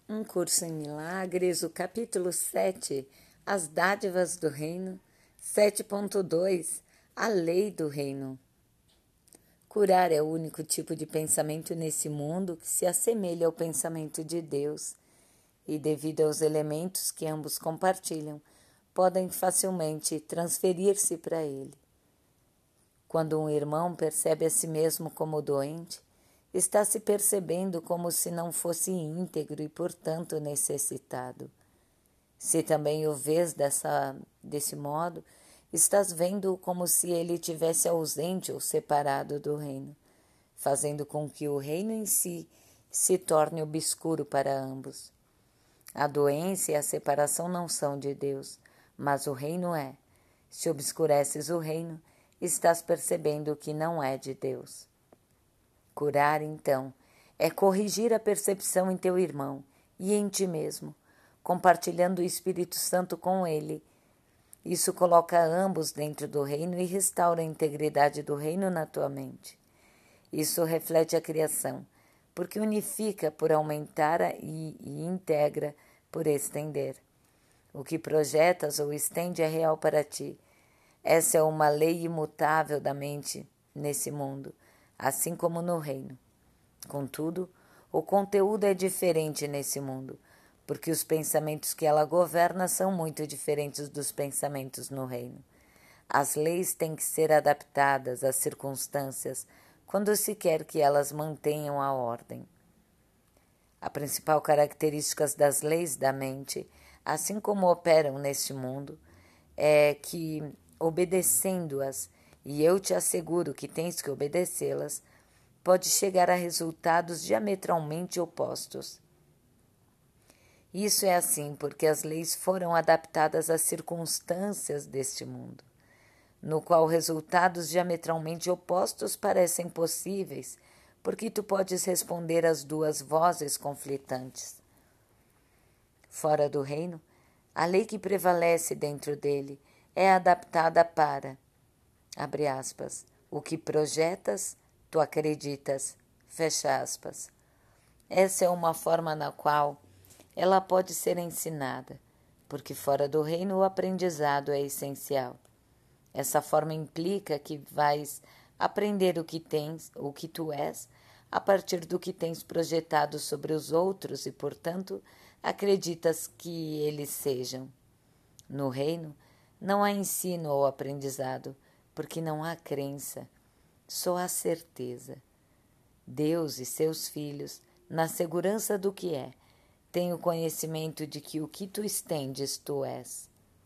Um Curso em Milagres, o capítulo 7, As Dádivas do Reino, 7.2, A Lei do Reino. Curar é o único tipo de pensamento nesse mundo que se assemelha ao pensamento de Deus, e devido aos elementos que ambos compartilham, podem facilmente transferir-se para ele. Quando um irmão percebe a si mesmo como doente, está se percebendo como se não fosse íntegro e, portanto, necessitado. Se também o vês desse modo, estás vendo-o como se ele tivesse ausente ou separado do reino, fazendo com que o reino em si se torne obscuro para ambos. A doença e a separação não são de Deus, mas o reino é. Se obscureces o reino, estás percebendo que não é de Deus. Curar, então, é corrigir a percepção em teu irmão e em ti mesmo, compartilhando o Espírito Santo com ele. Isso coloca ambos dentro do reino e restaura a integridade do reino na tua mente. Isso reflete a criação, porque unifica por aumentar e integra por estender. O que projetas ou estende é real para ti. Essa é uma lei imutável da mente nesse mundo, assim como no reino. Contudo, o conteúdo é diferente nesse mundo, porque os pensamentos que ela governa são muito diferentes dos pensamentos no reino. As leis têm que ser adaptadas às circunstâncias quando se quer que elas mantenham a ordem. A principal característica das leis da mente, assim como operam neste mundo, é que, obedecendo-as, e eu te asseguro que tens que obedecê-las, pode chegar a resultados diametralmente opostos. Isso é assim porque as leis foram adaptadas às circunstâncias deste mundo, no qual resultados diametralmente opostos parecem possíveis, porque tu podes responder às duas vozes conflitantes. Fora do reino, a lei que prevalece dentro dele é adaptada para, abre aspas, o que projetas, tu acreditas, fecha aspas. Essa é uma forma na qual ela pode ser ensinada, porque fora do reino o aprendizado é essencial. Essa forma implica que vais aprender o que tens, o que tu és, a partir do que tens projetado sobre os outros e, portanto, acreditas que eles sejam. No reino, não há ensino ou aprendizado, porque não há crença, só há certeza. Deus e seus filhos, na segurança do que é, têm o conhecimento de que o que tu estendes, tu és.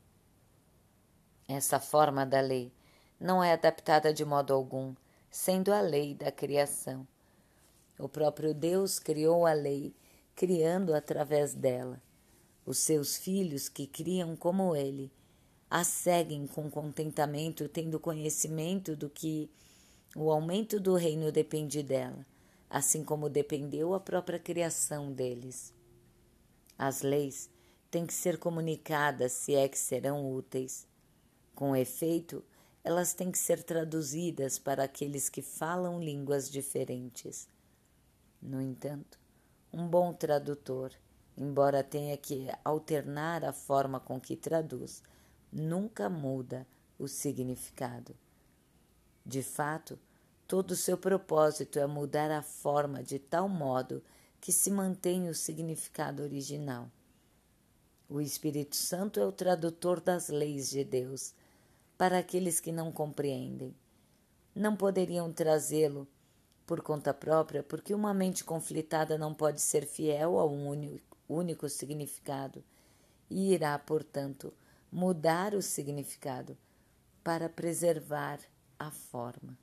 Essa forma da lei não é adaptada de modo algum, sendo a lei da criação. O próprio Deus criou a lei, criando através dela. Os seus filhos, que criam como ele, a seguem com contentamento, tendo conhecimento do que o aumento do reino depende dela, assim como dependeu a própria criação deles. As leis têm que ser comunicadas, se é que serão úteis. Com efeito, elas têm que ser traduzidas para aqueles que falam línguas diferentes. No entanto, um bom tradutor, embora tenha que alternar a forma com que traduz, nunca muda o significado. De fato, todo o seu propósito é mudar a forma de tal modo que se mantenha o significado original. O Espírito Santo é o tradutor das leis de Deus para aqueles que não compreendem. Não poderiam trazê-lo por conta própria, porque uma mente conflitada não pode ser fiel a um único significado e irá, portanto, mudar o significado para preservar a forma.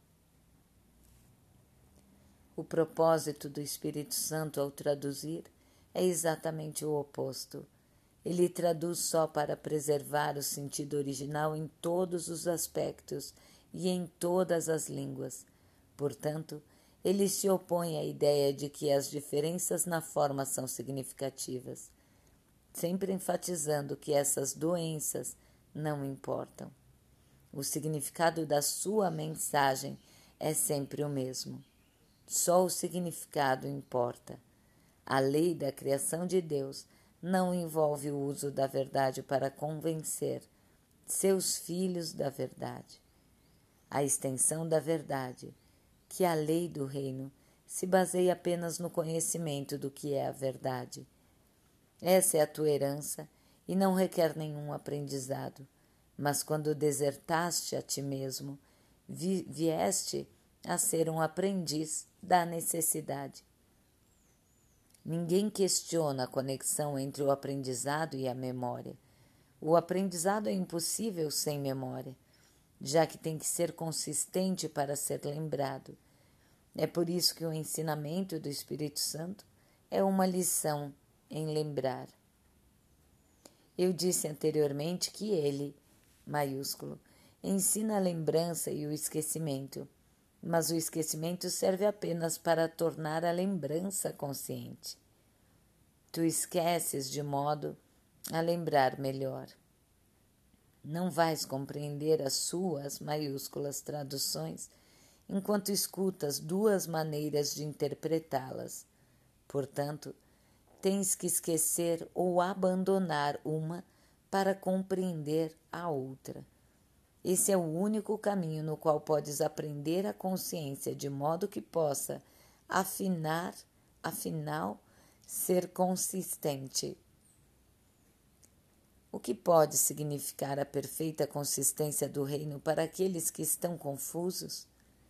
O propósito do Espírito Santo ao traduzir é exatamente o oposto. Ele traduz só para preservar o sentido original em todos os aspectos e em todas as línguas. Portanto, ele se opõe à ideia de que as diferenças na forma são significativas, sempre enfatizando que essas doenças não importam. O significado da sua mensagem é sempre o mesmo. Só o significado importa. A lei da criação de Deus não envolve o uso da verdade para convencer seus filhos da verdade. A extensão da verdade, que a lei do reino, se baseia apenas no conhecimento do que é a verdade. Essa é a tua herança e não requer nenhum aprendizado. Mas quando desertaste a ti mesmo, vieste a ser um aprendiz da necessidade. Ninguém questiona a conexão entre o aprendizado e a memória. O aprendizado é impossível sem memória, já que tem que ser consistente para ser lembrado. É por isso que o ensinamento do Espírito Santo é uma lição em lembrar. Eu disse anteriormente que ele, maiúsculo, ensina a lembrança e o esquecimento, mas o esquecimento serve apenas para tornar a lembrança consciente. Tu esqueces de modo a lembrar melhor. Não vais compreender as suas maiúsculas traduções enquanto escutas duas maneiras de interpretá-las. Portanto, tens que esquecer ou abandonar uma para compreender a outra. Esse é o único caminho no qual podes aprender a consciência de modo que possa, afinal, ser consistente. O que pode significar a perfeita consistência do reino para aqueles que estão confusos?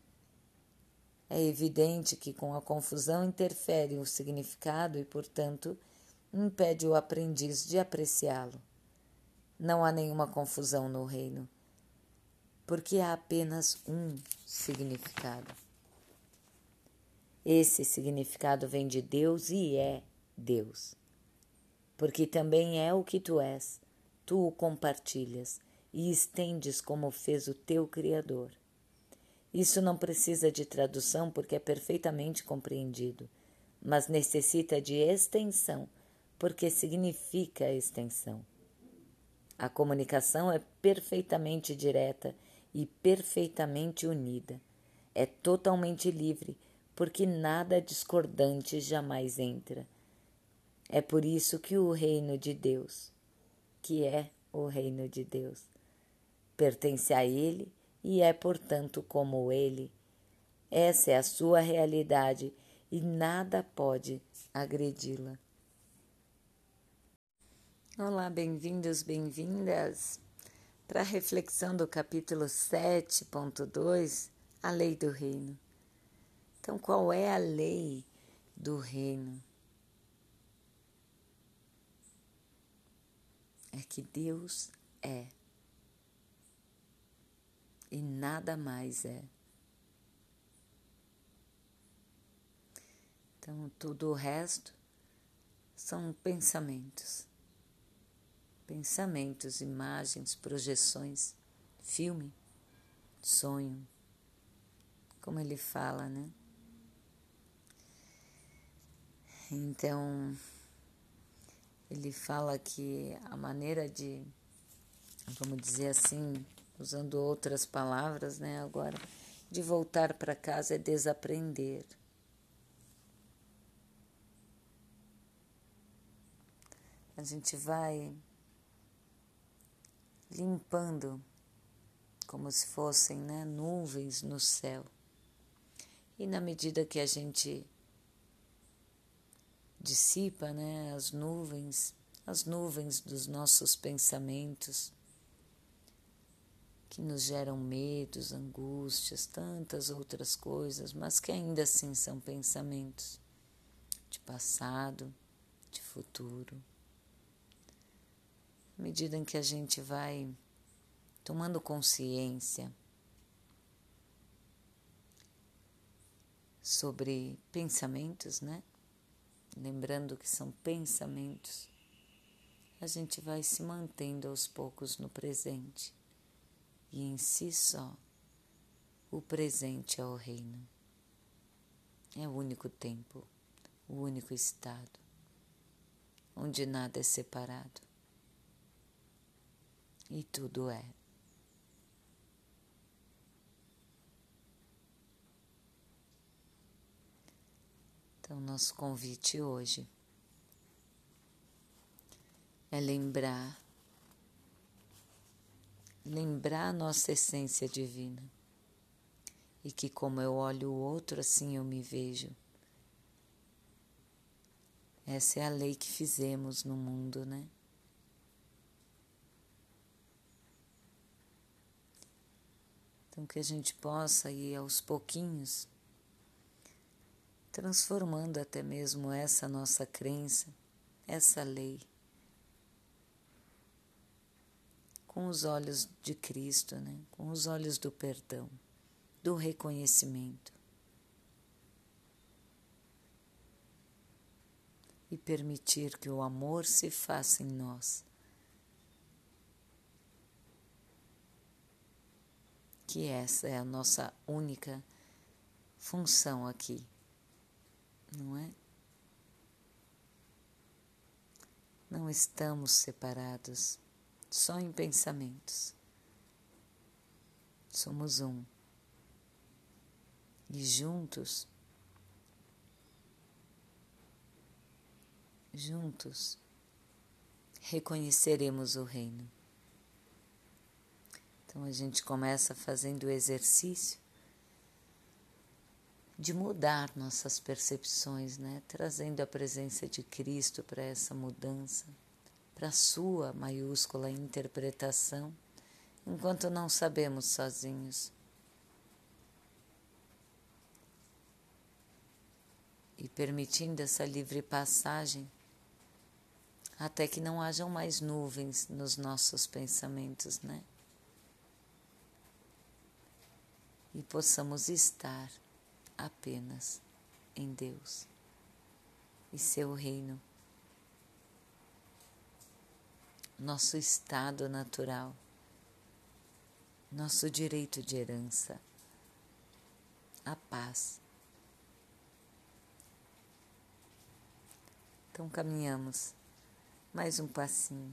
É evidente que com a confusão interfere o significado e, portanto, impede o aprendiz de apreciá-lo. Não há nenhuma confusão no reino, porque há apenas um significado. Esse significado vem de Deus e é Deus, porque também é o que tu és, tu o compartilhas e estendes como fez o teu Criador. Isso não precisa de tradução porque é perfeitamente compreendido, mas necessita de extensão porque significa extensão. A comunicação é perfeitamente direta e perfeitamente unida. É totalmente livre porque nada discordante jamais entra. É por isso que o reino de Deus, que é o reino de Deus, pertence a Ele e é, portanto, como Ele. Essa é a sua realidade e nada pode agredi-la. Olá, bem-vindos, bem-vindas para a reflexão do capítulo 7.2, a lei do reino. Então, qual é a lei do reino? É que Deus é e nada mais é. Então, tudo o resto são pensamentos. Pensamentos, imagens, projeções, filme, sonho, como ele fala, né? Então, ele fala que a maneira de, vamos dizer assim, usando outras palavras, né, agora, de voltar para casa é desaprender. A gente vai limpando como se fossem, né, nuvens no céu. E na medida que a gente dissipa, né, as nuvens dos nossos pensamentos, que nos geram medos, angústias, tantas outras coisas, mas que ainda assim são pensamentos de passado, de futuro. À medida em que a gente vai tomando consciência sobre pensamentos, né? Lembrando que são pensamentos, a gente vai se mantendo aos poucos no presente. E em si só, o presente é o reino. É o único tempo, o único estado, onde nada é separado. E tudo é. Então, nosso convite hoje é lembrar a nossa essência divina e que como eu olho o outro, assim eu me vejo. Essa é a lei que fizemos no mundo, né? Então que a gente possa ir aos pouquinhos transformando até mesmo essa nossa crença, essa lei, com os olhos de Cristo, né? Com os olhos do perdão, do reconhecimento. E permitir que o amor se faça em nós. Que essa é a nossa única função aqui, não é? Não estamos separados, só em pensamentos. Somos um. E juntos, reconheceremos o reino. Então a gente começa fazendo o exercício de mudar nossas percepções, né? Trazendo a presença de Cristo para essa mudança, para a sua maiúscula interpretação, enquanto não sabemos sozinhos. E permitindo essa livre passagem até que não hajam mais nuvens nos nossos pensamentos, né? E possamos estar apenas em Deus e seu reino, nosso estado natural, nosso direito de herança, a paz. Então caminhamos mais um passinho,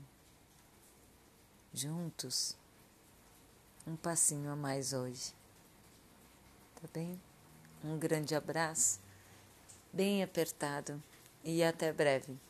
juntos, um passinho a mais hoje, tá bem? Um grande abraço, bem apertado e até breve.